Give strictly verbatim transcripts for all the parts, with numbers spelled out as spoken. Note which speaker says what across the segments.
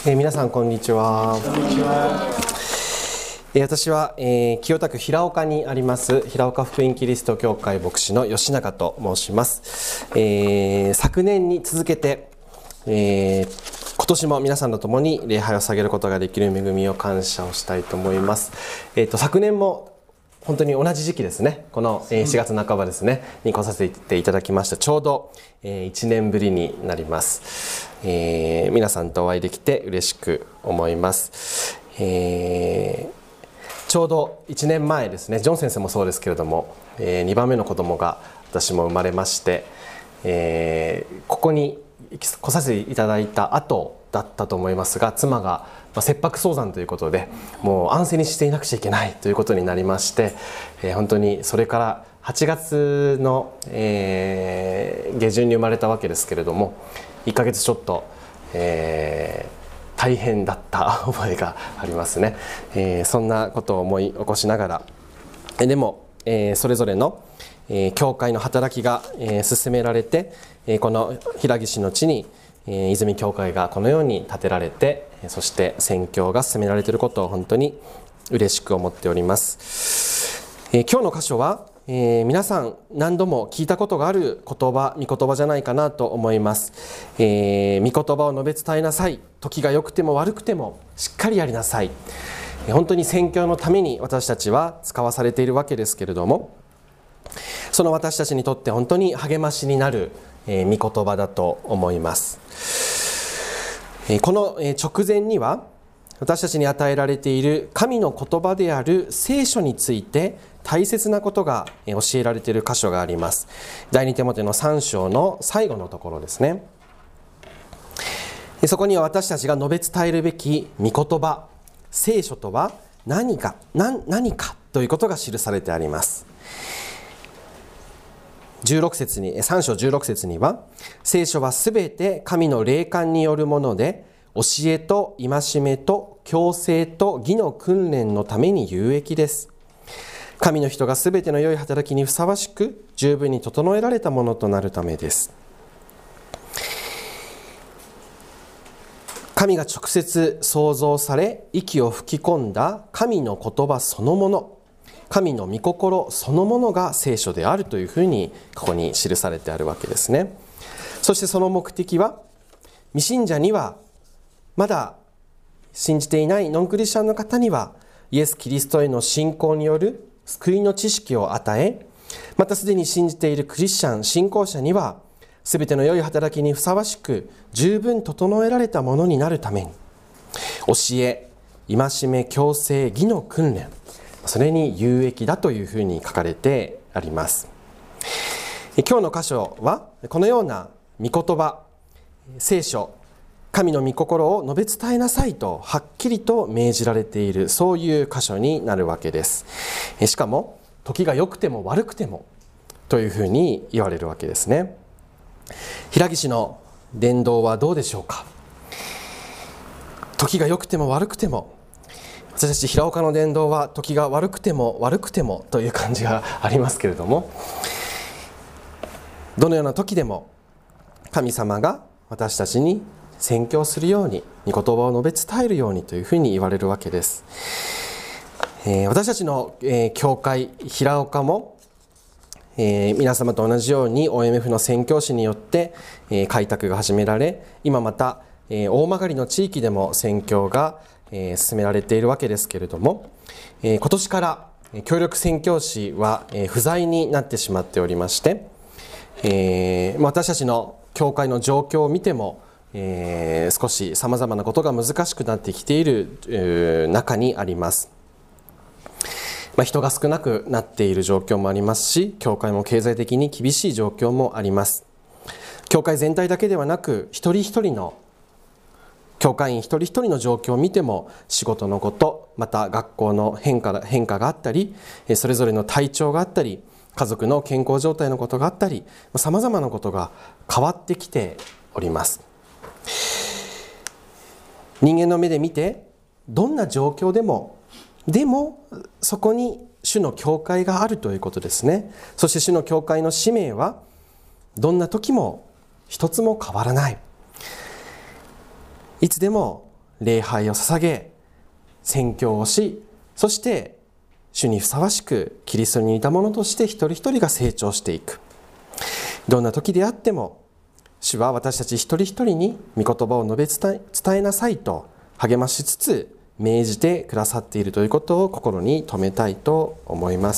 Speaker 1: えー、皆さんこんにちは。
Speaker 2: こんにちは。
Speaker 1: えー、私は、えー、清田区平岡にあります平岡福音キリスト教会牧師の吉永と申します。えー、昨年に続けて、えー、今年も皆さんと共に礼拝を捧げることができる恵みを感謝をしたいと思います。えーと、昨年も本当に同じ時期ですね、このしがつなかばですねに来させていただきました。ちょうどいちねんぶりになります。えー、皆さんとお会いできて嬉しく思います。えー、ちょうどいちねんまえですね、ジョン先生もそうですけれども、えー、にばんめの子供が私も生まれまして、えー、ここに来させていただいた後だったと思いますが、妻が切迫早産ということでもう安静にしていなくちゃいけないということになりまして、えー、本当にそれからはちがつの、えー、下旬に生まれたわけですけれども、いっかげつちょっと、えー、大変だった覚えがありますね。えー、そんなことを思い起こしながら、えでも、えー、それぞれの、えー、教会の働きが、えー、進められて、えー、この平岸の地にえー、泉教会がこのように建てられて、そして宣教が進められていることを本当に嬉しく思っております。えー、今日の箇所は、えー、皆さん何度も聞いたことがある言葉、御言葉じゃないかなと思います。えー、御言葉を述べ伝えなさい。時が良くても悪くてもしっかりやりなさい。本当に宣教のために私たちは使わされているわけですけれども、その私たちにとって本当に励ましになるえー、御言葉だと思います。えー、この直前には私たちに与えられている神の言葉である聖書について大切なことが教えられている箇所があります。第二テモテのさん章の最後のところですね。そこには私たちが述べ伝えるべき御言葉、聖書とは何か、何、何かということが記されてあります。じゅうろく節に、さん章じゅうろく節には、聖書はすべて神の霊感によるもので、教えと戒めと矯正と義の訓練のために有益です。神の人がすべての良い働きにふさわしく、十分に整えられたものとなるためです。神が直接創造され、息を吹き込んだ神の言葉そのもの、神の御心そのものが聖書であるというふうにここに記されてあるわけですね。そしてその目的は、未信者には、まだ信じていないノンクリスチャンの方にはイエス・キリストへの信仰による救いの知識を与え、またすでに信じているクリスチャン信仰者にはすべての良い働きにふさわしく十分整えられたものになるために、教え、戒め、矯正、義の訓練、それに有益だというふうに書かれてあります。今日の箇所はこのような御言葉、聖書、神の御心を述べ伝えなさいとはっきりと命じられている、そういう箇所になるわけです。しかも時が良くても悪くてもというふうに言われるわけですね。平岸の伝道はどうでしょうか。時が良くても悪くても、私たち平岡の伝道は時が悪くても悪くてもという感じがありますけれども、どのような時でも神様が私たちに宣教するように、御言葉を述べ伝えるようにというふうに言われるわけです。えー、私たちの、えー、教会平岡も、えー、皆様と同じように オーエムエフ の宣教師によって、えー、開拓が始められ、今また、えー、大曲の地域でも宣教がえー、進められているわけですけれども、えー、今年から協力宣教師は、えー、不在になってしまっておりまして、えー、私たちの教会の状況を見ても、えー、少しさまざまなことが難しくなってきている、えー、中にあります。まあ、人が少なくなっている状況もありますし、教会も経済的に厳しい状況もあります。教会全体だけではなく、一人一人の教会員一人一人の状況を見ても、仕事のこと、また学校の変化、変化があったり、それぞれの体調があったり、家族の健康状態のことがあったり、さまざまなことが変わってきております。人間の目で見て、どんな状況でも、でもそこに主の教会があるということですね。そして主の教会の使命は、どんな時も一つも変わらない。いつでも礼拝を捧げ、宣教をし、そして主にふさわしくキリストに似たものとして一人一人が成長していく。どんな時であっても主は私たち一人一人に御言葉を述べ伝え、伝えなさいと励ましつつ命じてくださっているということを心に留めたいと思います。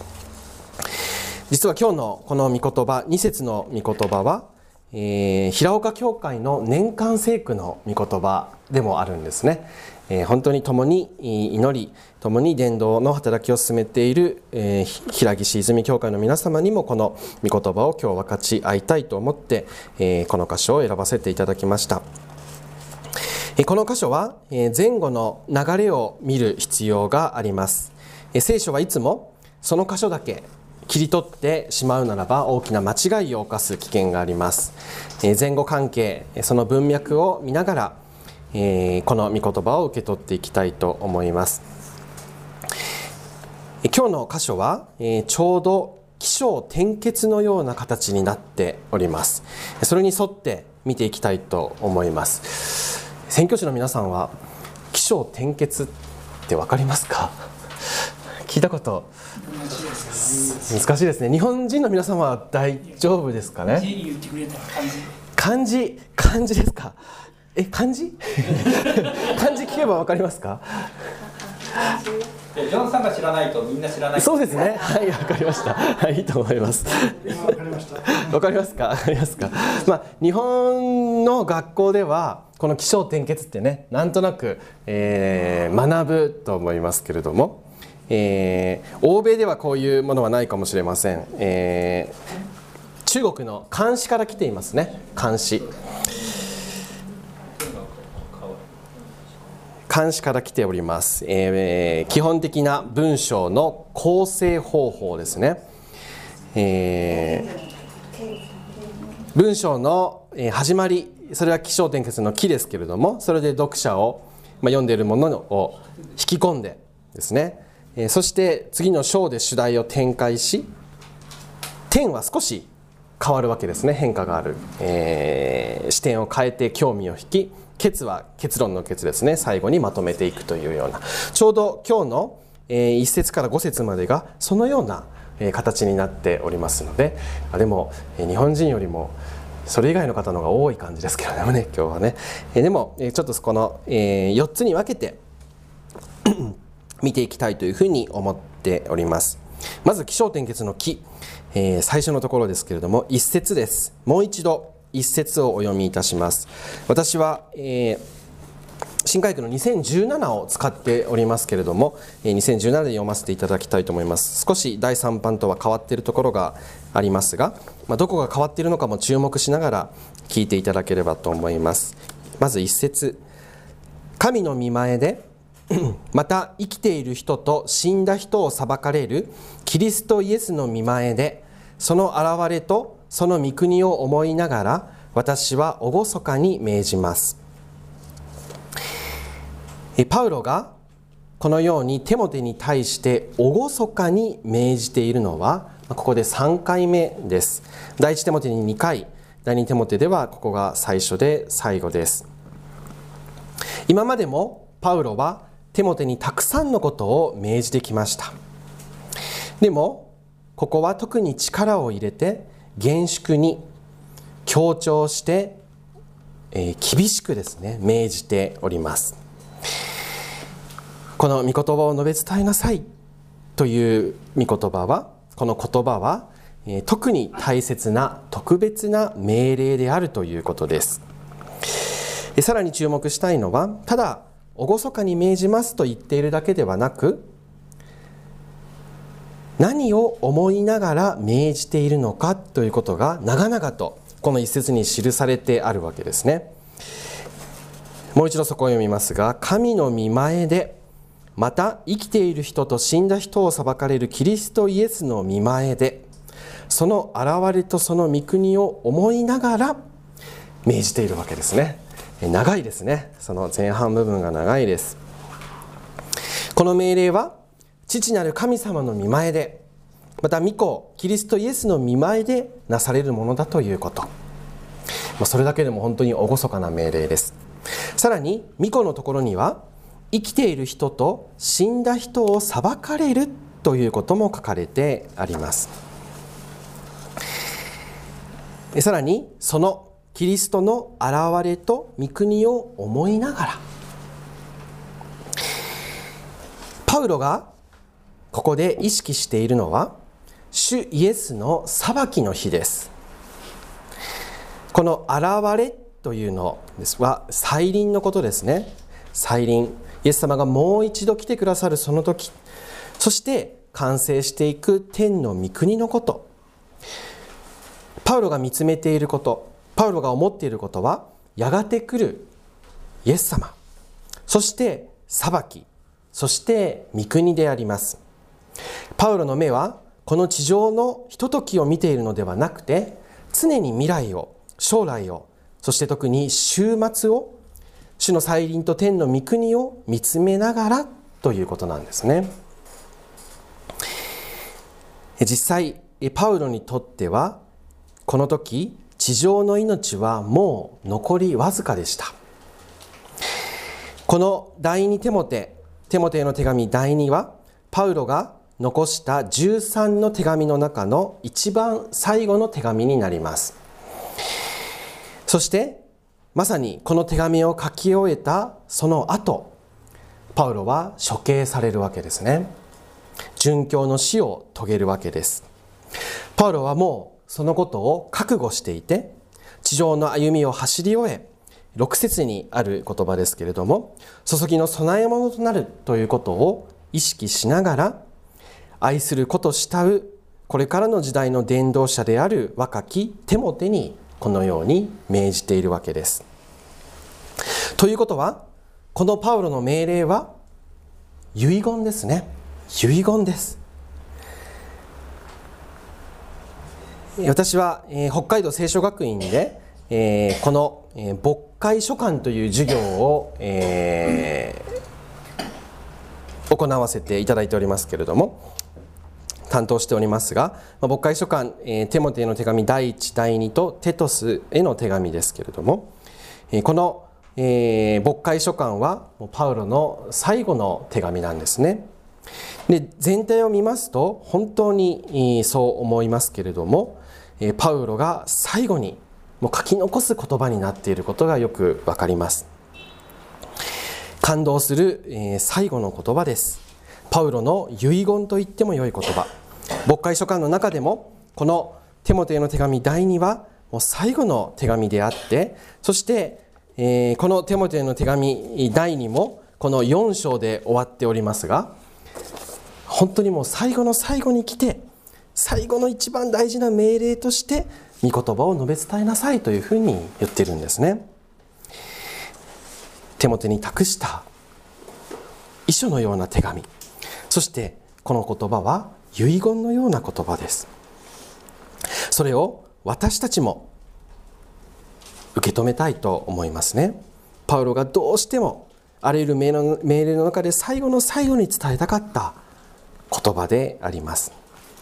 Speaker 1: 実は今日のこの御言葉、に節の御言葉は、えー、平岡教会の年間聖句の御言葉でもあるんですね。えー、本当に共に祈り、共に伝道の働きを進めている、えー、平岸泉教会の皆様にもこの御言葉を今日分かち合いたいと思って、えー、この箇所を選ばせていただきました。えー、この箇所は、えー、前後の流れを見る必要があります。えー、聖書はいつもその箇所だけ切り取ってしまうならば大きな間違いを犯す危険があります。えー、前後関係、その文脈を見ながら、えー、この御言葉を受け取っていきたいと思います。えー、今日の箇所は、えー、ちょうど起承転結のような形になっております。それに沿って見ていきたいと思います。宣教師の皆さんは起承転結って分かりますか？聞いたこと難しいですね。日本人の皆様は大丈夫ですかね？漢字、漢字ですか？え、漢字漢字聞けば分かりますか？
Speaker 2: ジョンさんが知らないとみんな知らない。
Speaker 1: そうですね。はい、分かりました。はい、いいと思います。分かりました。分かりますか？分かりますか？まあ、日本の学校ではこの起承転結ってね、なんとなく、えー、学ぶと思いますけれども、えー、欧米ではこういうものはないかもしれません。えー、中国の漢詩から来ていますね。漢詩漢詩から来ております。えー、基本的な文章の構成方法ですね。えー、文章の始まり、それは起承転結の起ですけれども、それで読者を、まあ、読んでいるものを引き込んでですね、えー、そして次の章で主題を展開し、点は少し変わるわけですね。変化がある、えー、視点を変えて興味を引き、結は結論の結ですね。最後にまとめていくというような、ちょうど今日のいっ節からご節までがそのような形になっておりますので、でも日本人よりもそれ以外の方の方が多い感じですけどね、今日はね。でもちょっとこのよっつに分けて見ていきたいというふうに思っております。まず起承転結の起、最初のところですけれどもいっ節です。もう一度一節をお読みいたします。私は、えー、新海区のにせんじゅうななを使っておりますけれども、にせんじゅうななで読ませていただきたいと思います。少しだいさん版とは変わっているところがありますが、まあ、どこが変わっているのかも注目しながら聞いていただければと思います。まず一節、神の御前でまた生きている人と死んだ人を裁かれるキリストイエスの御前で、その現れとその御国を思いながら私は厳かに命じます。パウロがこのようにテモテに対して厳かに命じているのはここでさんかいめです。第一テモテににかい、第二テモテではここが最初で最後です。今までもパウロはテモテにたくさんのことを命じてきました。でもここは特に力を入れて厳粛に強調して、えー、厳しくですね命じております。この御言葉を述べ伝えなさいという御言葉は、この言葉は、えー、特に大切な特別な命令であるということです。えさらに注目したいのは、ただ厳かに命じますと言っているだけではなく、何を思いながら命じているのかということが長々とこの一節に記されてあるわけですね。もう一度そこを読みますが、神の御前でまた生きている人と死んだ人を裁かれるキリストイエスの御前で、その現れとその御国を思いながら命じているわけですね。長いですね。その前半部分が長いです。この命令は父なる神様の御前で、また御子キリストイエスの御前でなされるものだということ、それだけでも本当に厳かな命令です。 さらに御子のところには、生きている人と死んだ人を裁かれるということも書かれてあります。さらにそのキリストの現れと御国を思いながら、パウロがここで意識しているのは、主イエスの裁きの日です。この現れというのは再臨のことですね。再臨、イエス様がもう一度来てくださるその時、そして完成していく天の御国のこと。パウロが見つめていること、パウロが思っていることは、やがて来るイエス様、そして裁き、そして御国であります。パウロの目はこの地上のひとときを見ているのではなくて、常に未来を、将来を、そして特に終末を、主の再臨と天の御国を見つめながらということなんですね。実際パウロにとっては、この時地上の命はもう残りわずかでした。この第二テモテテモテへの手紙だいには、パウロが残したじゅうさんの手紙の中の一番最後の手紙になります。そしてまさにこの手紙を書き終えたその後、パウロは処刑されるわけですね。殉教の死を遂げるわけです。パウロはもうそのことを覚悟していて、地上の歩みを走り終え、ろく節にある言葉ですけれども、注ぎの供え物となるということを意識しながら、愛する子と慕うこれからの時代の伝道者である若きテモテにこのように命じているわけです。ということは、このパウロの命令は遺言ですね。遺言です。私は、えー、北海道聖書学院で、えー、この、えー、牧会書簡という授業を、えー、行わせていただいておりますけれども、担当しておりますが、まあ、牧会書簡、えー、テモテへの手紙だいいち、だいにとテトスへの手紙ですけれども、えー、この、えー、牧会書簡はもうパウロの最後の手紙なんですね。で、全体を見ますと本当にそう思いますけれども、パウロが最後にもう書き残す言葉になっていることがよくわかります。感動する最後の言葉です。パウロの遺言と言っても良い言葉。牧会書簡の中でもこのテモテへの手紙だいにはもう最後の手紙であって、そして、えー、このテモテへの手紙だいにもこのよん章で終わっておりますが、本当にもう最後の最後に来て、最後の一番大事な命令として御言葉を述べ伝えなさいというふうに言ってるんですね。テモテに託した遺書のような手紙、そしてこの言葉は遺言のような言葉です。それを私たちも受け止めたいと思いますね。パウロがどうしてもあらゆる命令の中で最後の最後に伝えたかった言葉であります。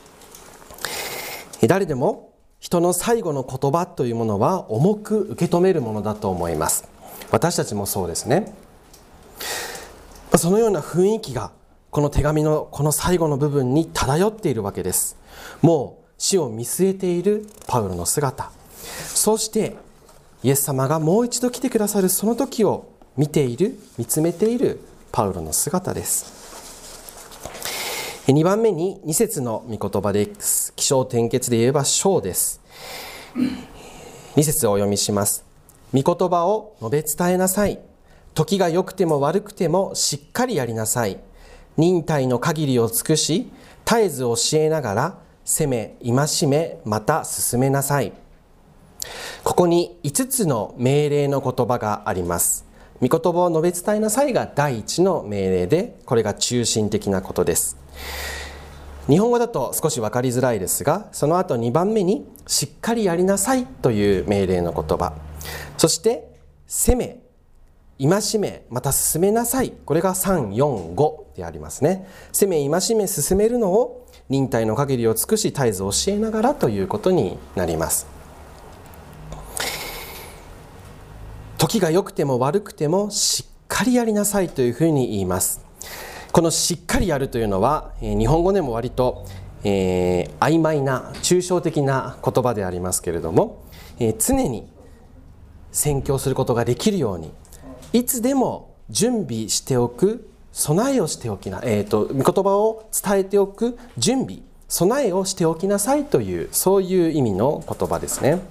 Speaker 1: 誰でも人の最後の言葉というものは重く受け止めるものだと思います。私たちもそうですね。そのような雰囲気がこの手紙のこの最後の部分に漂っているわけです。もう死を見据えているパウロの姿、そしてイエス様がもう一度来てくださるその時を見ている、見つめているパウロの姿です。にばんめにに節の御言葉です。起承転結で言えば章です。に節をお読みします。御言葉を述べ伝えなさい。時が良くても悪くてもしっかりやりなさい。忍耐の限りを尽くし、絶えず教えながら責め、戒め、また進めなさい。ここにいつつの命令の言葉があります。御言葉を述べ伝えなさいが第一の命令で、これが中心的なことです。日本語だと少し分かりづらいですが、その後にばんめにしっかりやりなさいという命令の言葉、そして責め、戒め、また進めなさい、これがさん、よん、ごでありますね。責め、戒め、進めるのを忍耐の限りを尽くし絶えず教えながらということになります。 時が良くても悪くてもしっかりやりなさいというふうに言います。このしっかりやるというのは日本語でも割と、えー、曖昧な抽象的な言葉でありますけれども、えー、常に宣教することができるようにいつでも準備しておく、備えをしておきな、えーと、御言葉を伝えておく準備、備えをしておきなさいという、そういう意味の言葉ですね。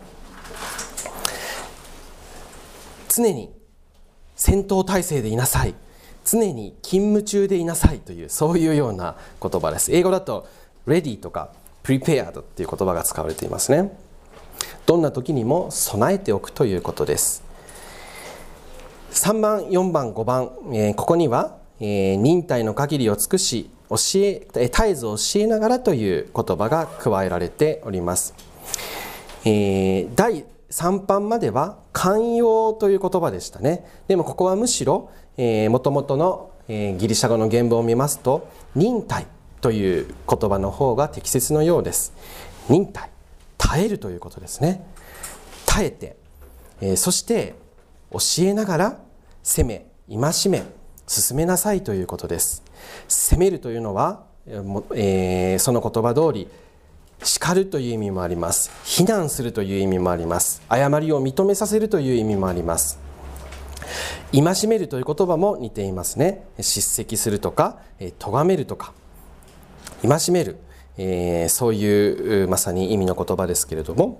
Speaker 1: 常に戦闘態勢でいなさい、常に勤務中でいなさいという、そういうような言葉です。英語だと ready とか prepared っていう言葉が使われていますね。どんな時にも備えておくということです。さんばん、よんばん、ごばん、えー、ここには、えー、忍耐の限りを尽くし教え絶えず教えながらという言葉が加えられております。えー、だいさんばんまでは寛容という言葉でしたね。でもここはむしろもともとの、えー、ギリシャ語の原文を見ますと忍耐という言葉の方が適切のようです。忍耐、耐えるということですね。耐えて、えー、そして教えながら責め、戒め、進めなさいということです。責めるというのは、えー、その言葉通り叱るという意味もあります。非難するという意味もあります。誤りを認めさせるという意味もあります。戒めるという言葉も似ていますね。叱責するとか咎めるとか戒める、えー、そういうまさに意味の言葉ですけれども、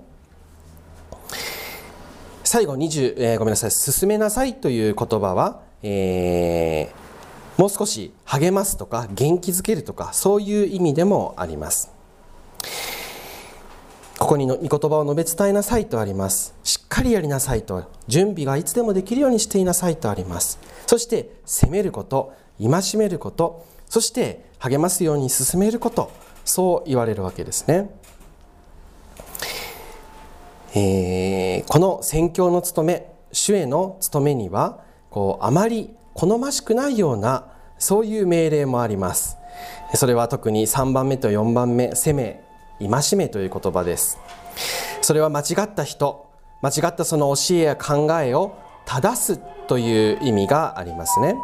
Speaker 1: 最後にじゅう、えー、ごめんなさい進めなさいという言葉は、えー、もう少し励ますとか元気づけるとかそういう意味でもあります。ここにの御言葉を述べ伝えなさいとあります。しっかりやりなさいと、準備がいつでもできるようにしていなさいとあります。そして責めること、戒めること、そして励ますように進めること、そう言われるわけですね。えー、この宣教の務め、主への務めにはこうあまり好ましくないようなそういう命令もあります。それは特にさんばんめとよんばんめ、責め、戒めという言葉です。それは間違った人、間違ったその教えや考えを正すという意味がありますね。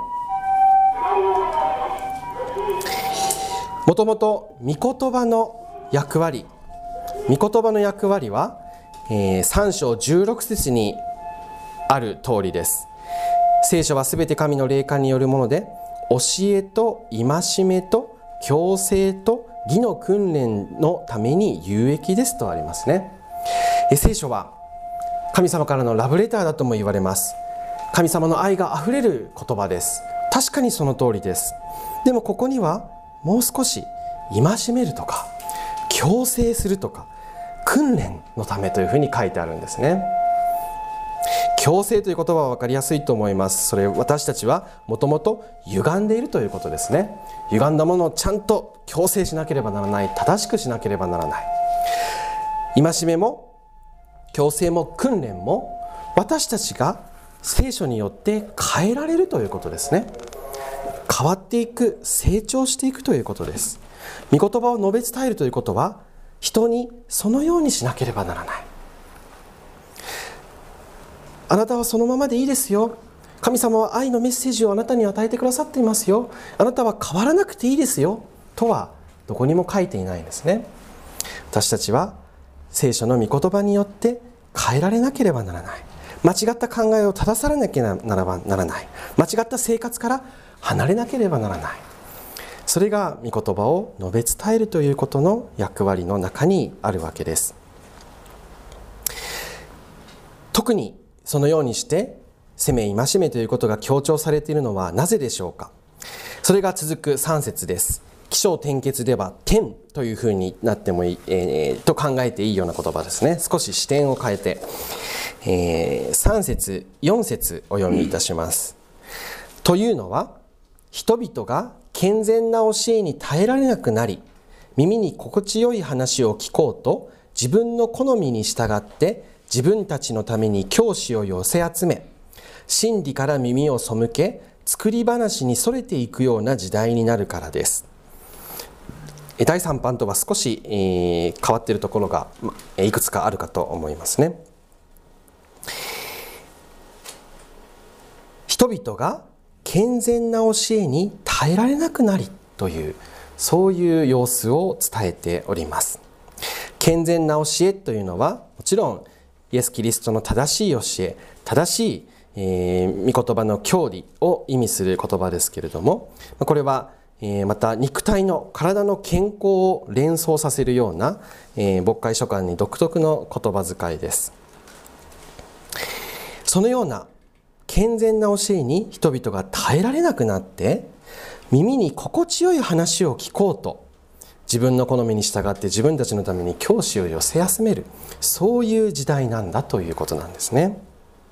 Speaker 1: もともと御言葉の役割、御言葉の役割は、えー、さん章じゅうろく節にある通りです。聖書はすべて神の霊感によるもので、教えと戒めと矯正と義の訓練のために有益ですとありますね。聖書は神様からのラブレターだとも言われます。神様の愛があふれる言葉です。確かにその通りです。でもここにはもう少し戒めるとか矯正するとか訓練のためというふうに書いてあるんですね。矯正という言葉は分かりやすいと思います。それ私たちはもともと歪んでいるということですね。歪んだものをちゃんと矯正しなければならない、正しくしなければならない。戒めも矯正も訓練も私たちが聖書によって変えられるということですね。変わっていく、成長していくということです。御言葉を述べ伝えるということは人にそのようにしなければならない。あなたはそのままでいいですよ。神様は愛のメッセージをあなたに与えてくださっていますよ。あなたは変わらなくていいですよとはどこにも書いていないんですね。私たちは聖書の御言葉によって変えられなければならない。間違った考えを正されなければならない。間違った生活から離れなければならない。それが御言葉を述べ伝えるということの役割の中にあるわけです。特にそのようにして責め戒めということが強調されているのはなぜでしょうか。それが続くさん節です。起承転結では天というふうになってもいい、えー、と考えていいような言葉ですね。少し視点を変えて、えー、さん節よん節お読みいたします。というのは人々が健全な教えに耐えられなくなり、耳に心地よい話を聞こうと自分の好みに従って自分たちのために教師を寄せ集め、真理から耳を背け作り話にそれていくような時代になるからです。だいさん版とは少し、えー、変わっているところがいくつかあるかと思いますね。 人々が健全な教えに耐えられなくなりという、そういう様子を伝えております。健全な教えというのはもちろんイエス・キリストの正しい教え、正しい、えー、御言葉の教理を意味する言葉ですけれども、これは、えー、また肉体の体の健康を連想させるような、えー、牧会書簡に独特の言葉遣いです。そのような健全な教えに人々が耐えられなくなって、耳に心地よい話を聞こうと自分の好みに従って自分たちのために教師を寄せ集める、そういう時代なんだということなんですね。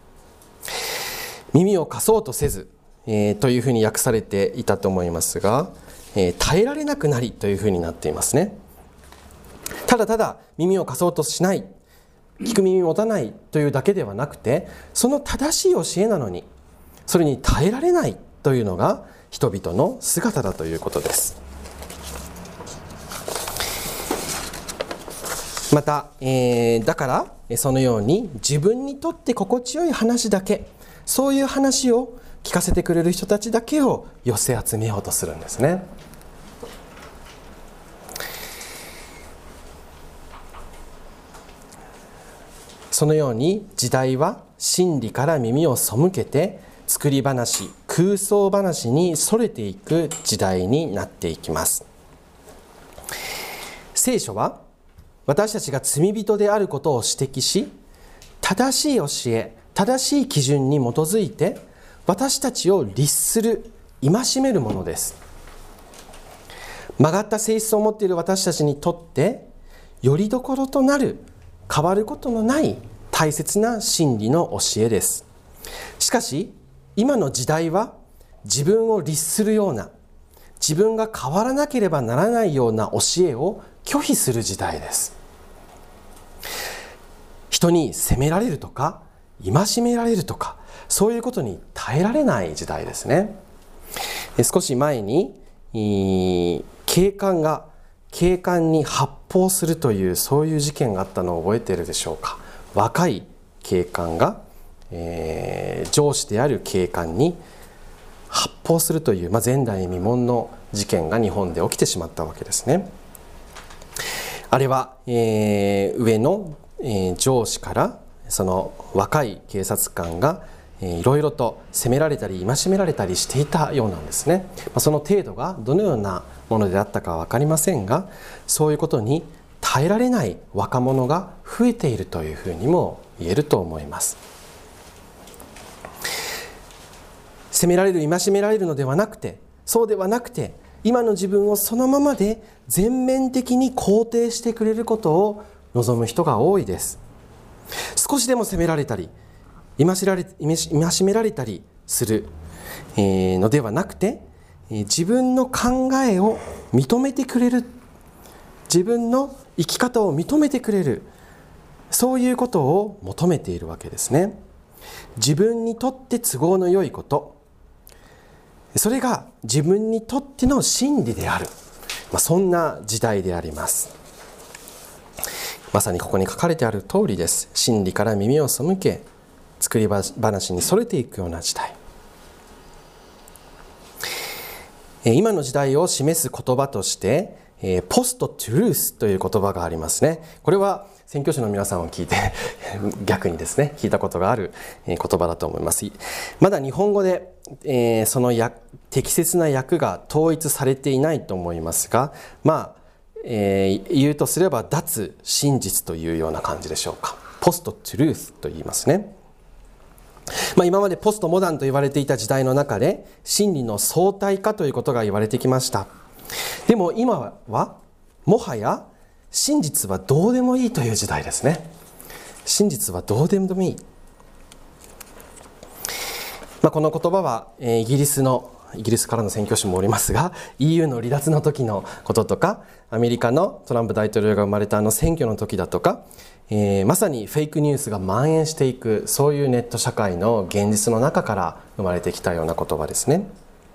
Speaker 1: 耳を貸そうとせず、えー、というふうに訳されていたと思いますが、えー、耐えられなくなりというふうになっていますね。ただただ耳を貸そうとしない、聞く耳を持たないというだけではなくて、その正しい教えなのにそれに耐えられないというのが人々の姿だということです。また、えー、だからそのように自分にとって心地よい話だけ、そういう話を聞かせてくれる人たちだけを寄せ集めようとするんですね。そのように時代は真理から耳を背けて作り話、空想話にそれていく時代になっていきます。聖書は私たちが罪人であることを指摘し、正しい教え、正しい基準に基づいて私たちを律する、戒めるものです。曲がった性質を持っている私たちにとってよりどころとなる、変わることのない大切な真理の教えです。しかし今の時代は自分を律するような、自分が変わらなければならないような教えを拒否する時代です。人に責められるとか戒められるとか、そういうことに耐えられない時代ですね。少し前に警官が警官に発砲するという、そういう事件があったのを覚えているでしょうか。若い警官が、えー、上司である警官に発砲するという、まあ、前代未聞の事件が日本で起きてしまったわけですね。あれは、えー、上の、えー、上司からその若い警察官が、えー、いろいろと責められたり戒められたりしていたようなんですね。まあ、その程度がどのようなものであったかは分かりませんが、そういうことに耐えられない若者が増えているというふうにも言えると思います。責められる、戒められるのではなくて、そうではなくて、今の自分をそのままで全面的に肯定してくれることを望む人が多いです。少しでも責められたり戒られ戒められたりするのではなくて、自分の考えを認めてくれる、自分の生き方を認めてくれる、そういうことを求めているわけですね。自分にとって都合の良いこと、それが自分にとっての真理である、まあ、そんな時代であります。まさにここに書かれてある通りです。真理から耳を背け、作り話にそれていくような時代。今の時代を示す言葉としてポストトゥルースという言葉がありますね。これは宣教師の皆さんを聞いて逆にですね、聞いたことがある言葉だと思います。まだ日本語で、えー、そのや適切な訳が統一されていないと思いますが、まあ、えー、言うとすれば脱真実というような感じでしょうか。ポストトゥルースと言いますね。まあ、今までポストモダンと言われていた時代の中で真理の相対化ということが言われてきました。でも今はもはや真実はどうでもいいという時代ですね。真実はどうでもいい、まあ、この言葉はイギリスのイギリスからの宣教師もおりますが、 イーユー の離脱の時のこととか、アメリカのトランプ大統領が生まれたあの選挙の時だとか、えー、まさにフェイクニュースが蔓延していく、そういうネット社会の現実の中から生まれてきたような言葉ですね。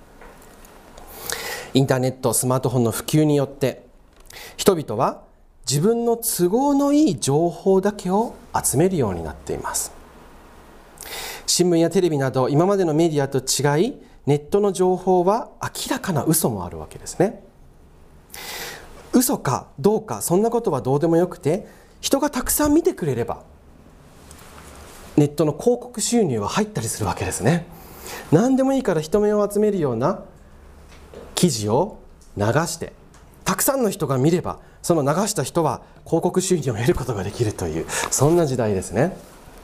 Speaker 1: インターネット、スマートフォンの普及によって人々は自分の都合のいい情報だけを集めるようになっています。 新聞やテレビなど今までのメディアと違い、ネットの情報は明らかな嘘もあるわけですね。嘘かどうかそんなことはどうでもよくて、人がたくさん見てくれればネットの広告収入は入ったりするわけですね。何でもいいから人目を集めるような記事を流して、たくさんの人が見ればその流した人は広告収入を得ることができるという、そんな時代ですね。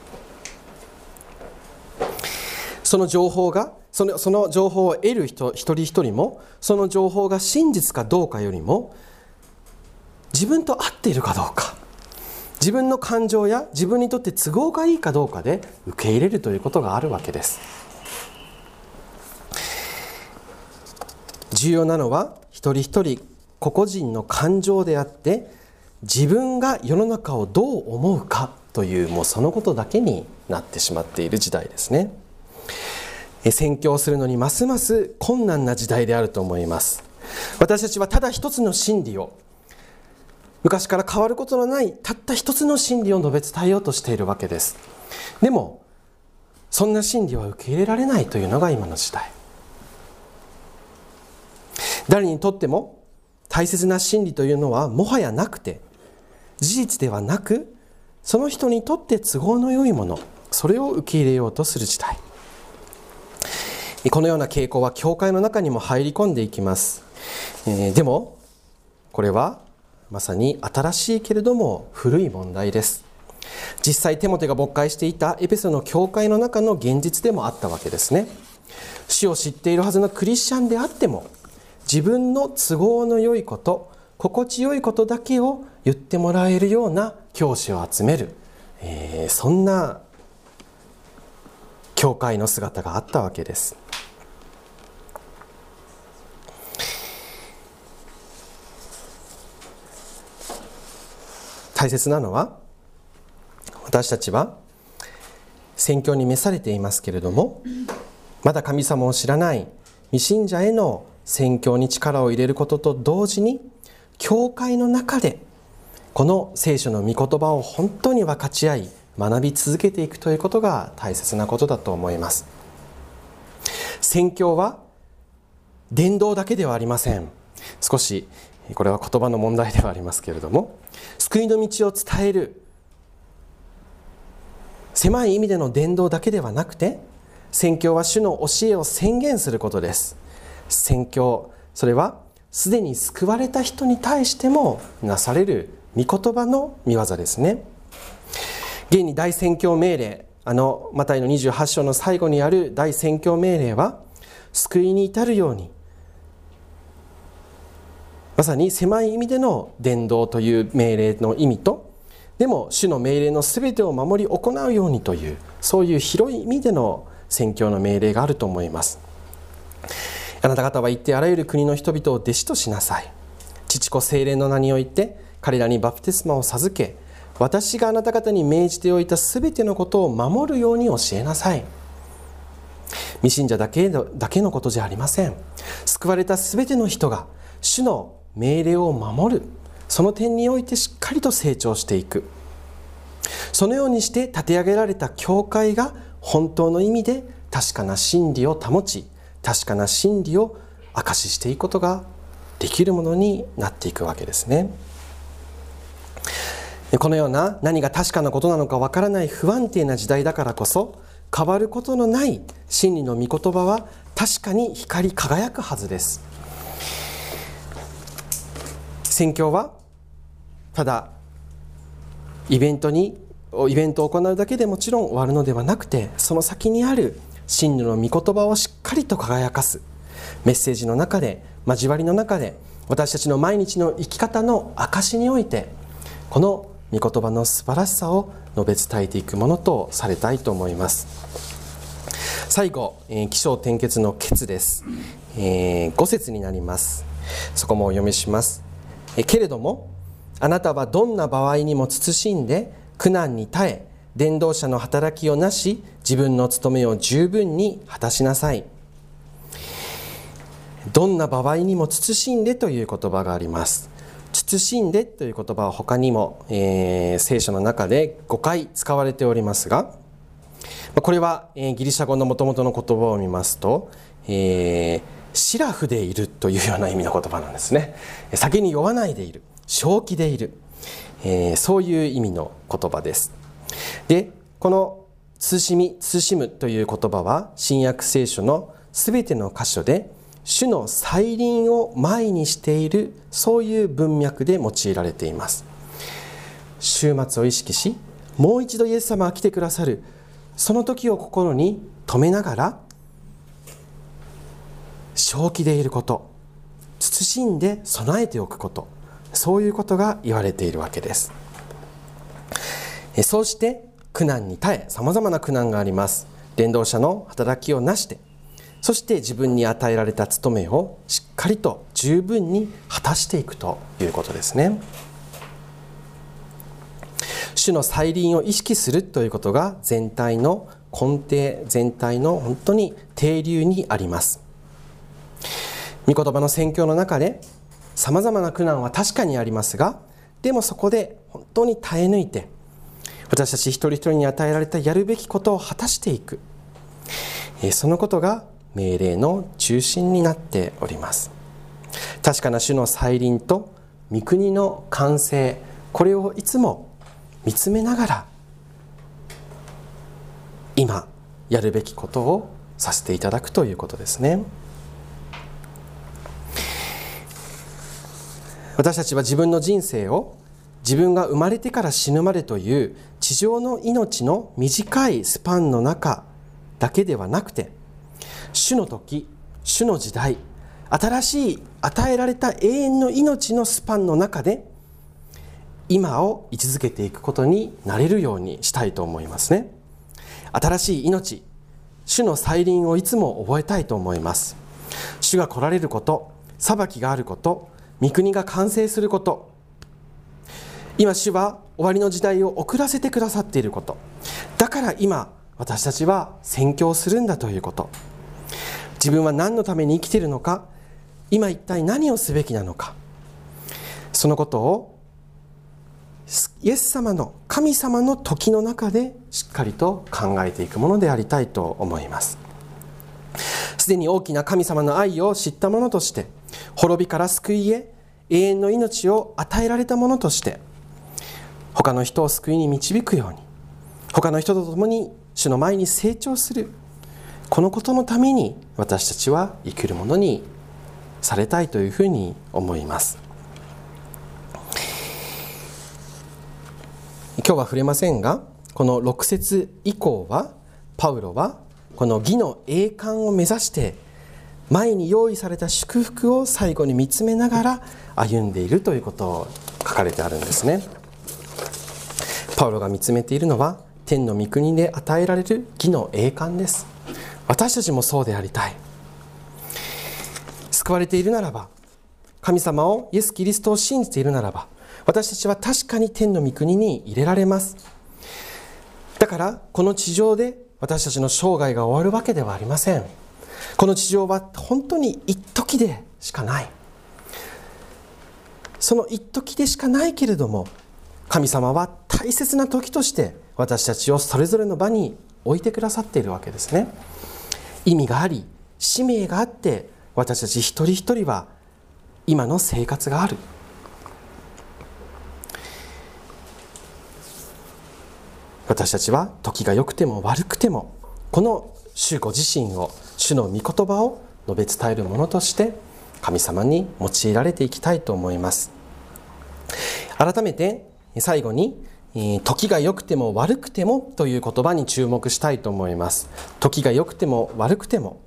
Speaker 1: その情報がその、その情報を得る人一人一人も、その情報が真実かどうかよりも自分と合っているかどうか、自分の感情や自分にとって都合がいいかどうかで受け入れるということがあるわけです。重要なのは一人一人個々人の感情であって、自分が世の中をどう思うかという、もうそのことだけになってしまっている時代ですね。宣教するのにますます困難な時代であると思います。私たちはただ一つの真理を、昔から変わることのないたった一つの真理を述べ伝えようとしているわけです。でもそんな真理は受け入れられないというのが今の時代。誰にとっても大切な真理というのはもはやなくて、事実ではなく、その人にとって都合の良いもの、それを受け入れようとする時代。このような傾向は教会の中にも入り込んでいきます。えー、でもこれはまさに新しいけれども古い問題です。実際テモテが牧会していたエペソの教会の中の現実でもあったわけですね。主を知っているはずのクリスチャンであっても、自分の都合の良いこと、心地よいことだけを言ってもらえるような教師を集める、えー、そんな教会の姿があったわけです。大切なのは、私たちは宣教に召されていますけれども、まだ神様を知らない未信者への宣教に力を入れることと同時に、教会の中でこの聖書の御言葉を本当に分かち合い学び続けていくということが大切なことだと思います。宣教は伝道だけではありません。少しこれは言葉の問題ではありますけれども、救いの道を伝える、狭い意味での伝道だけではなくて、宣教は主の教えを宣言することです。宣教、それはすでに救われた人に対してもなされる御言葉の御業ですね。現に大宣教命令、あのマタイのにじゅうはち章の最後にある大宣教命令は、救いに至るように、まさに狭い意味での伝道という命令の意味と、でも主の命令のすべてを守り行うようにという、そういう広い意味での宣教の命令があると思います。あなた方は行ってあらゆる国の人々を弟子としなさい。父子聖霊の名において彼らにバプテスマを授け、私があなた方に命じておいたすべてのことを守るように教えなさい。未信者だけの、だけのことじゃありません。救われたすべての人が主の命令を守る、その点においてしっかりと成長していく。そのようにして立て上げられた教会が本当の意味で確かな真理を保ち、確かな真理を証ししていくことができるものになっていくわけですね。このような何が確かなことなのかわからない不安定な時代だからこそ、変わることのない真理の御言葉は確かに光り輝くはずです。宣教はただイベントにイベントを行うだけでもちろん終わるのではなくて、その先にある真理の御言葉をしっかりと輝かすメッセージの中で、交わりの中で、私たちの毎日の生き方の証において、この御言葉の素晴らしさを述べ伝えていくものとされたいと思います。最後、えー、起承転結の結です、えー、ご節になります。そこもお読みします。えー、けれどもあなたはどんな場合にも慎んで苦難に耐え、伝道者の働きをなし、自分の務めを十分に果たしなさい。どんな場合にも慎んでという言葉があります。慎んでという言葉は他にも、えー、聖書の中でごかい使われておりますが、 これはギリシャ語の元々の言葉を見ますと、えー、シラフでいるというような意味の言葉なんですね。酒に酔わないでいる、正気でいる、えー、そういう意味の言葉です。で、この慎み、慎むという言葉は新約聖書のすべての箇所で主の再臨を前にしている、そういう文脈で用いられています。終末を意識し、もう一度イエス様が来てくださる、その時を心に留めながら、正気でいること、慎んで備えておくこと、そういうことが言われているわけです。そうして苦難に耐え、さまざまな苦難があります。伝道者の働きをなして、そして自分に与えられた務めをしっかりと十分に果たしていくということですね。主の再臨を意識するということが全体の根底、全体の本当に底流にあります。御言葉の宣教の中でさまざまな苦難は確かにありますが、でもそこで本当に耐え抜いて、私たち一人一人に与えられたやるべきことを果たしていく、そのことが命令の中心になっております。確かな主の再臨と御国の完成、これをいつも見つめながら、今やるべきことをさせていただくということですね。私たちは自分の人生を自分が生まれてから死ぬまでという地上の命の短いスパンの中だけではなくて、主の時、主の時代、新しい与えられた永遠の命のスパンの中で今を位置づけていくことになれるようにしたいと思いますね。新しい命、主の再臨をいつも覚えたいと思います。主が来られること、裁きがあること、御国が完成すること、今主は終わりの時代を遅らせてくださっていること、だから今私たちは宣教するんだということ、自分は何のために生きているのか、今一体何をすべきなのか、そのことをイエス様の神様の時の中でしっかりと考えていくものでありたいと思います。すでに大きな神様の愛を知ったものとして、滅びから救いへ永遠の命を与えられたものとして、他の人を救いに導くように、他の人と共に主の前に成長する、このことのために私たちは生きるものにされたいというふうに思います。今日は触れませんが、このろく節以降はパウロはこの義の栄冠を目指して前に用意された祝福を最後に見つめながら歩んでいるということを書かれてあるんですね。パウロが見つめているのは天の御国で与えられる義の栄冠です。私たちもそうでありたい。救われているならば、神様をイエス・キリストを信じているならば、私たちは確かに天の御国に入れられます。だからこの地上で私たちの生涯が終わるわけではありません。この地上は本当に一時でしかない。その一時でしかないけれども、神様は大切な時として私たちをそれぞれの場に置いてくださっているわけですね。意味があり、使命があって、私たち一人一人は今の生活がある。私たちは時が良くても悪くても、この主ご自身を、主の御言葉を述べ伝えるものとして神様に用いられていきたいと思います。改めて最後に、時が良くても悪くてもという言葉に注目したいと思います。時が良くても悪くても、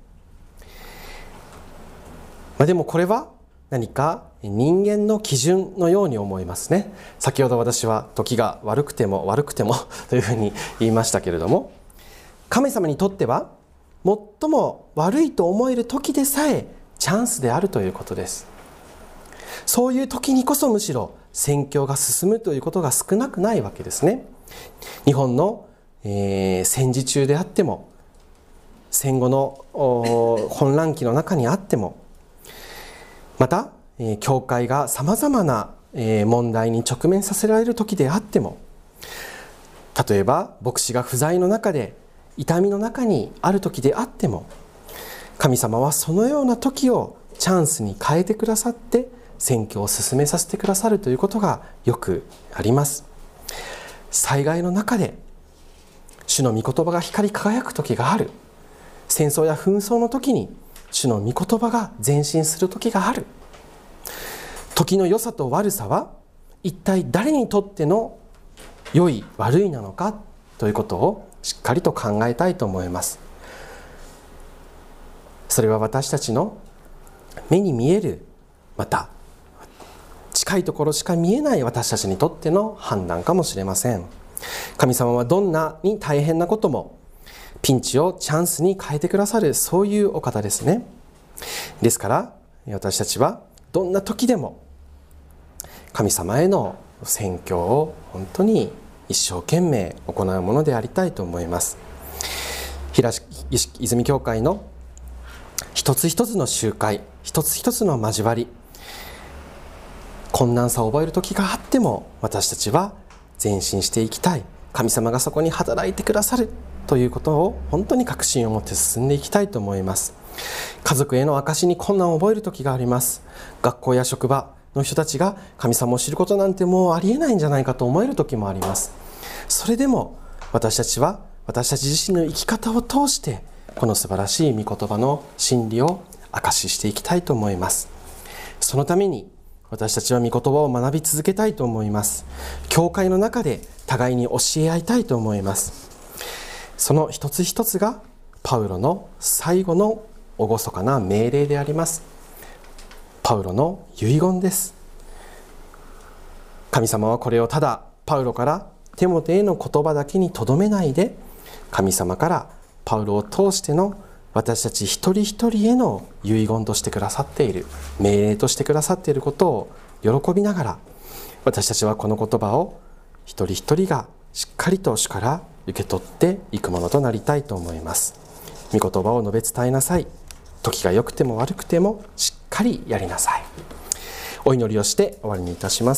Speaker 1: まあ、でもこれは何か人間の基準のように思いますね。先ほど私は時が悪くても悪くてもというふうに言いましたけれども、神様にとっては最も悪いと思える時でさえチャンスであるということです。そういう時にこそむしろ宣教が進むということが少なくないわけですね。日本の、えー、戦時中であっても、戦後の混乱期の中にあっても、また、えー、教会がさまざまな、えー、問題に直面させられる時であっても、例えば牧師が不在の中で痛みの中にある時であっても、神様はそのような時をチャンスに変えてくださって宣教を進めさせてくださるということがよくあります。災害の中で主の御言葉が光り輝く時がある。戦争や紛争の時に主の御言葉が前進する時がある。時の良さと悪さは一体誰にとっての良い悪いなのかということをしっかりと考えたいと思います。それは私たちの目に見える、また近いところしか見えない私たちにとっての判断かもしれません。神様はどんなに大変なこともピンチをチャンスに変えてくださる、そういうお方ですね。ですから私たちはどんな時でも神様への宣教を本当に一生懸命行うものでありたいと思います。平泉教会の一つ一つの集会、一つ一つの交わり、困難さを覚える時があっても私たちは前進していきたい。神様がそこに働いてくださるということを本当に確信を持って進んでいきたいと思います。家族への証しに困難を覚える時があります。学校や職場の人たちが神様を知ることなんてもうありえないんじゃないかと思える時もあります。それでも私たちは私たち自身の生き方を通してこの素晴らしい御言葉の真理を証ししていきたいと思います。そのために私たちは御言葉を学び続けたいと思います。教会の中で互いに教え合いたいと思います。その一つ一つがパウロの最後の厳かな命令であります。パウロの遺言です。神様はこれをただパウロからテモテへの言葉だけにとどめないで、神様からパウロを通しての私たち一人一人への遺言としてくださっている、命令としてくださっていることを喜びながら、私たちはこの言葉を一人一人がしっかりと主から受け取っていくものとなりたいと思います。御言葉を述べ伝えなさい。時が良くても悪くてもしっかりやりなさい。お祈りをして終わりにいたします。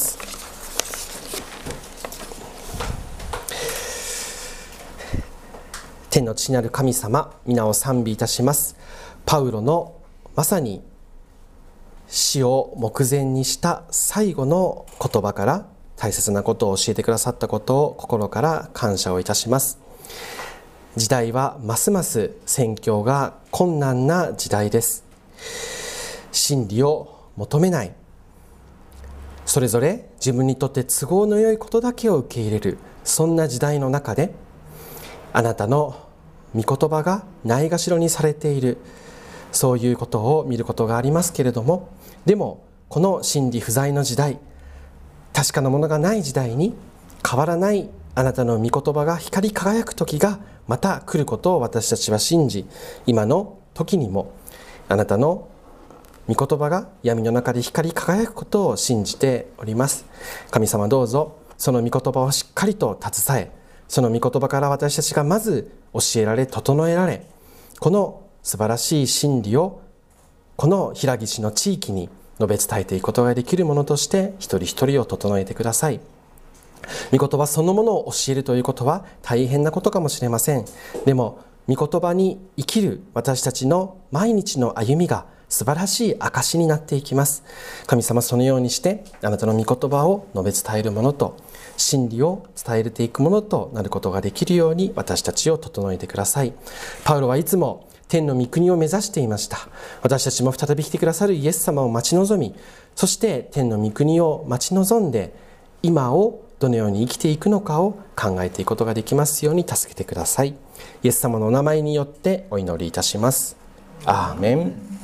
Speaker 1: 天の父なる神様、皆を賛美いたします。パウロのまさに死を目前にした最後の言葉から大切なことを教えてくださったことを心から感謝をいたします。時代はますます宣教が困難な時代です。真理を求めない、それぞれ自分にとって都合の良いことだけを受け入れる、そんな時代の中であなたの御言葉がないがしろにされている、そういうことを見ることがありますけれども、でもこの真理不在の時代、確かなものがない時代に変わらないあなたの御言葉が光り輝く時がまた来ることを私たちは信じ、今の時にもあなたの御言葉が闇の中で光り輝くことを信じております。神様、どうぞその御言葉をしっかりと携え、その御言葉から私たちがまず教えられ整えられ、この素晴らしい真理をこの平岸の地域に述べ伝えていくことができるものとして一人一人を整えてください。御言葉そのものを教えるということは大変なことかもしれません。でも御言葉に生きる私たちの毎日の歩みが素晴らしい証になっていきます。神様、そのようにしてあなたの御言葉を述べ伝えるものと、真理を伝えていくものとなることができるように私たちを整えてください。パウロはいつも天の御国を目指していました。私たちも再び来てくださるイエス様を待ち望み、そして天の御国を待ち望んで今をどのように生きていくのかを考えていくことができますように助けてください。イエス様のお名前によってお祈りいたします。アーメン。